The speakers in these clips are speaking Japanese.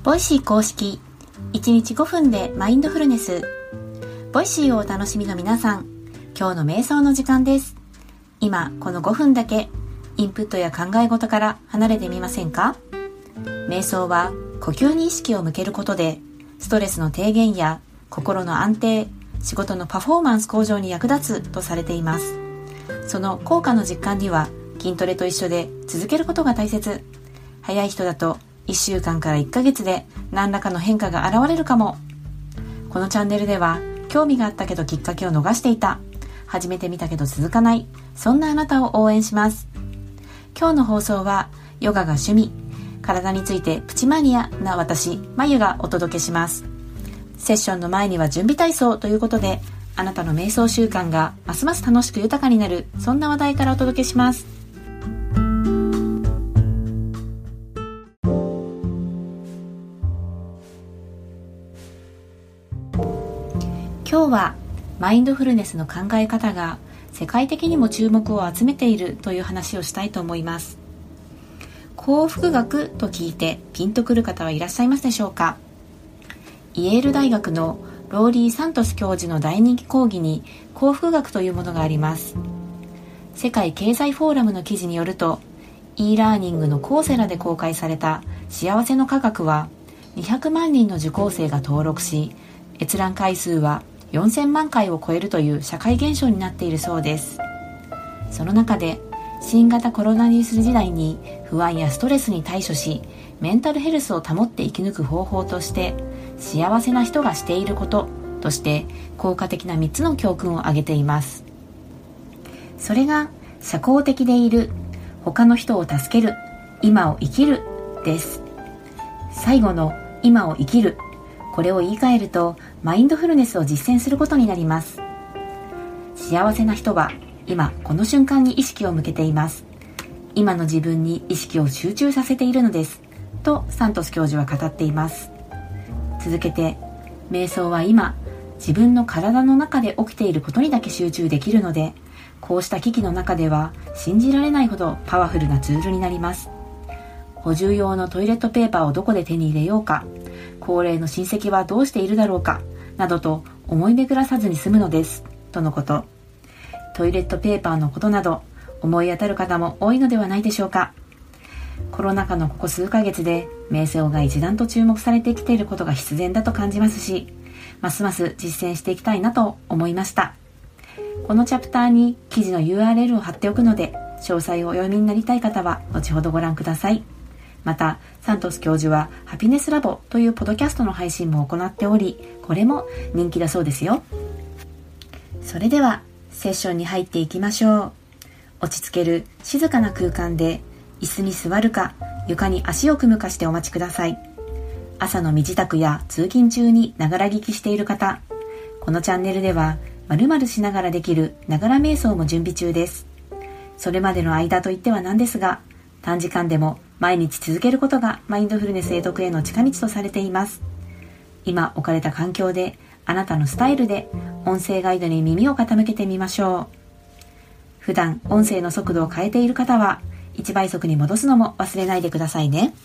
ボイシー公式1日5分でマインドフルネス。ボイシーをお楽しみの皆さん、今日の瞑想の時間です。今この5分だけインプットや考え事から離れてみませんか？瞑想は呼吸に意識を向けることでストレスの低減や心の安定、仕事のパフォーマンス向上に役立つとされています。その効果の実感には筋トレと一緒で続けることが大切。早い人だと1週間から1ヶ月で何らかの変化が現れるかも。このチャンネルでは興味があったけどきっかけを逃していた、始めてみたけど続かない、そんなあなたを応援します。今日の放送はヨガが趣味、体についてプチマニアな私まゆがお届けします。セッションの前には準備体操ということで、あなたの瞑想習慣がますます楽しく豊かになる、そんな話題からお届けします。今日はマインドフルネスの考え方が世界的にも注目を集めているという話をしたいと思います。幸福学と聞いてピンとくる方はいらっしゃいますでしょうか？イエール大学のローリー・サントス教授の大人気講義に幸福学というものがあります。世界経済フォーラムの記事によると、e ラーニングのコーセラで公開された幸せの科学は200万人の受講生が登録し、閲覧回数は4000万回を超えるという社会現象になっているそうです。その中で新型コロナウイルス時代に不安やストレスに対処し、メンタルヘルスを保って生き抜く方法として、幸せな人がしていることとして効果的な3つの教訓を挙げています。それが社交的でいる、他の人を助ける、今を生きるです。最後の今を生きる、これを言い換えるとマインドフルネスを実践することになります。幸せな人は今この瞬間に意識を向けています。今の自分に意識を集中させているのですとサントス教授は語っています。続けて、瞑想は今自分の体の中で起きていることにだけ集中できるので、こうした危機の中では信じられないほどパワフルなツールになります。補充用のトイレットペーパーをどこで手に入れようか、高齢の親戚はどうしているだろうかなどと思い巡らさずに済むのですとのこと。トイレットペーパーのことなど思い当たる方も多いのではないでしょうか。コロナ禍のここ数ヶ月で瞑想が一段と注目されてきていることが必然だと感じますし、ますます実践していきたいなと思いました。このチャプターに記事の URL を貼っておくので、詳細をお読みになりたい方は後ほどご覧ください。またサントス教授はハピネスラボというポッドキャストの配信も行っており、これも人気だそうですよ。それではセッションに入っていきましょう。落ち着ける静かな空間で椅子に座るか床に足を組むかしてお待ちください。朝の身支度や通勤中にながら聞きしている方、このチャンネルでは〇〇しながらできるながら瞑想も準備中です。それまでの間といってはなんですが、短時間でも毎日続けることがマインドフルネス得得への近道とされています。今置かれた環境であなたのスタイルで音声ガイドに耳を傾けてみましょう。普段音声の速度を変えている方は1倍速に戻すのも忘れないでくださいね。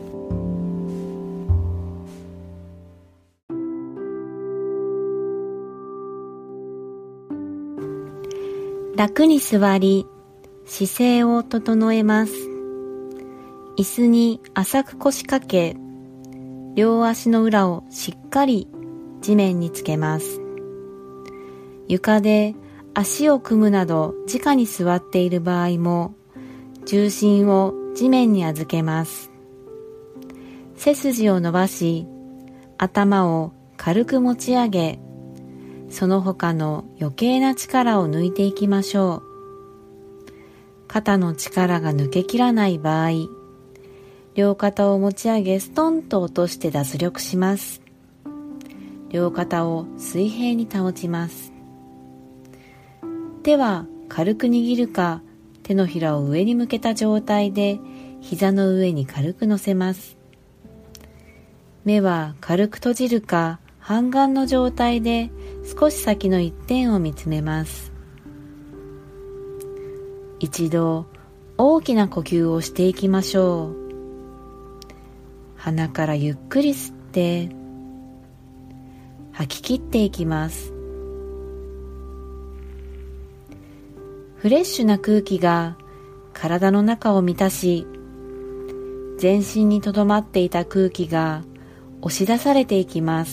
楽に座り、姿勢を整えます。椅子に浅く腰掛け、両足の裏をしっかり地面につけます。床で足を組むなど直に座っている場合も、重心を地面に預けます。背筋を伸ばし、頭を軽く持ち上げ、その他の余計な力を抜いていきましょう。肩の力が抜けきらない場合、両肩を持ち上げストンと落として脱力します。両肩を水平に保ちます。手は軽く握るか、手のひらを上に向けた状態で膝の上に軽く乗せます。目は軽く閉じるか、半眼の状態で少し先の一点を見つめます。一度大きな呼吸をしていきましょう。 鼻からゆっくり吸って吐き切っていきます。フレッシュな空気が体の中を満たし、全身にとどまっていた空気が押し出されていきます。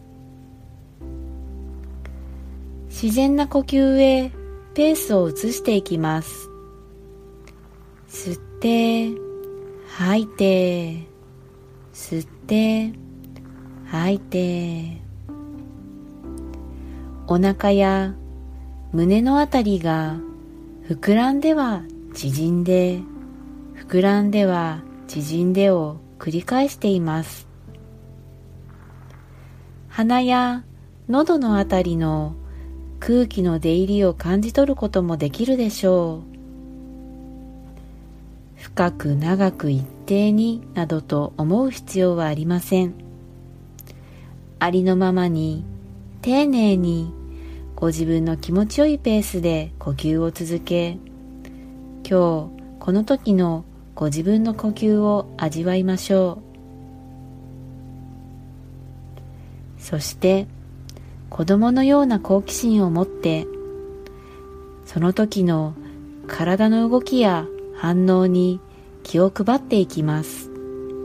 自然な呼吸へペースを移していきます。吸って吐いて、吸って吐いて、お腹や胸のあたりが膨らんでは縮んで、膨らんでは縮んでを繰り返しています。鼻や喉のあたりの空気の出入りを感じ取ることもできるでしょう。深く長く一定になどと思う必要はありません。ありのままに丁寧にご自分の気持ちよいペースで呼吸を続け、今日この時のご自分の呼吸を味わいましょう。そして子供のような好奇心を持って、その時の体の動きや反応に気を配っていきます。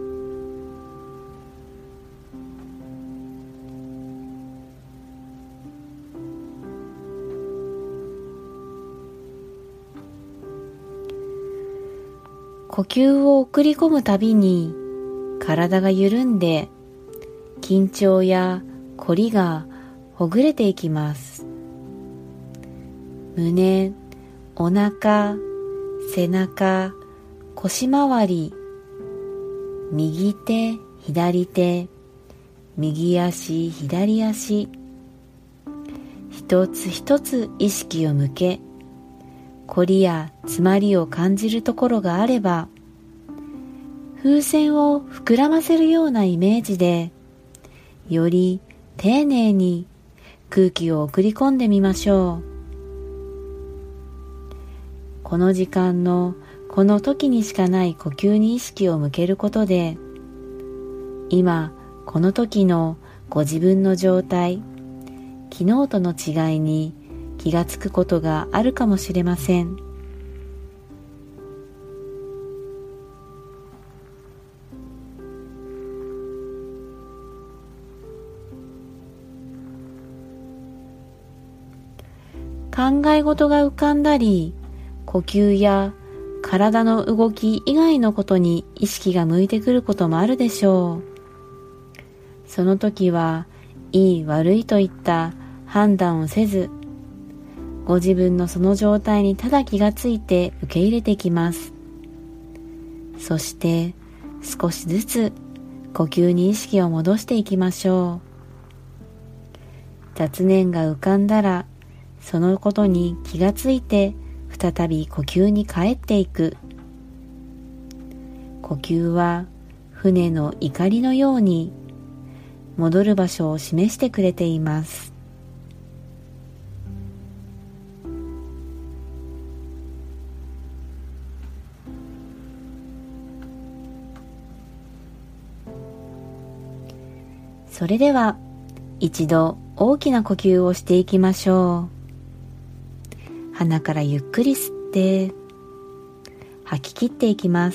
呼吸を送り込むたびに体が緩んで、緊張や凝りがほぐれていきます。胸、お腹、背中、腰回り、右手、左手、右足、左足、一つ一つ意識を向け、凝りや詰まりを感じるところがあれば、風船を膨らませるようなイメージで、より丁寧に空気を送り込んでみましょう。この時間のこの時にしかない呼吸に意識を向けることで、今この時のご自分の状態、昨日との違いに気がつくことがあるかもしれません。考え事が浮かんだり、呼吸や体の動き以外のことに意識が向いてくることもあるでしょう。その時はいい悪いといった判断をせず、ご自分のその状態にただ気がついて受け入れてきます。そして少しずつ呼吸に意識を戻していきましょう。雑念が浮かんだら、そのことに気がついて再び呼吸に帰っていく。呼吸は船の怒りのように戻る場所を示してくれています。それでは一度大きな呼吸をしていきましょう。鼻からゆっくり吸って吐き切っていきます。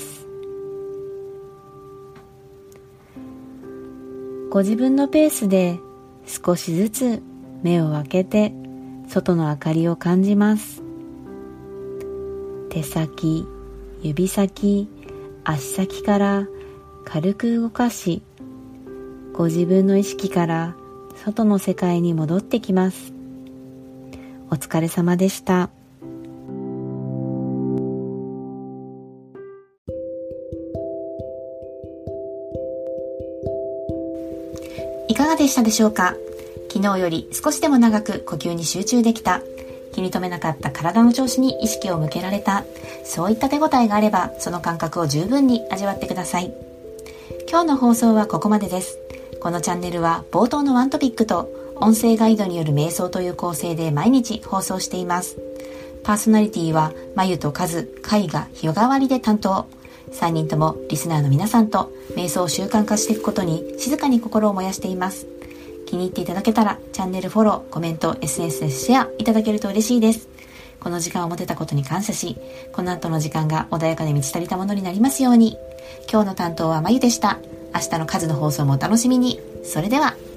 ご自分のペースで少しずつ目を開けて外の明かりを感じます。手先、指先、足先から軽く動かし、ご自分の意識から外の世界に戻ってきます。お疲れ様でした。いかがでしたでしょうか？昨日より少しでも長く呼吸に集中できた、気に留めなかった体の調子に意識を向けられた、そういった手応えがあれば、その感覚を十分に味わってください。今日の放送はここまでです。このチャンネルは冒頭のワントピックと音声ガイドによる瞑想という構成で毎日放送しています。パーソナリティはまゆとかず、かいが日替わりで担当。 3人ともリスナーの皆さんと瞑想を習慣化していくことに静かに心を燃やしています。気に入っていただけたらチャンネルフォロー、コメント、SNS でシェアいただけると嬉しいです。この時間を持てたことに感謝し、この後の時間が穏やかで満ち足りたものになりますように。今日の担当はまゆでした。明日の数の放送もお楽しみに。それでは。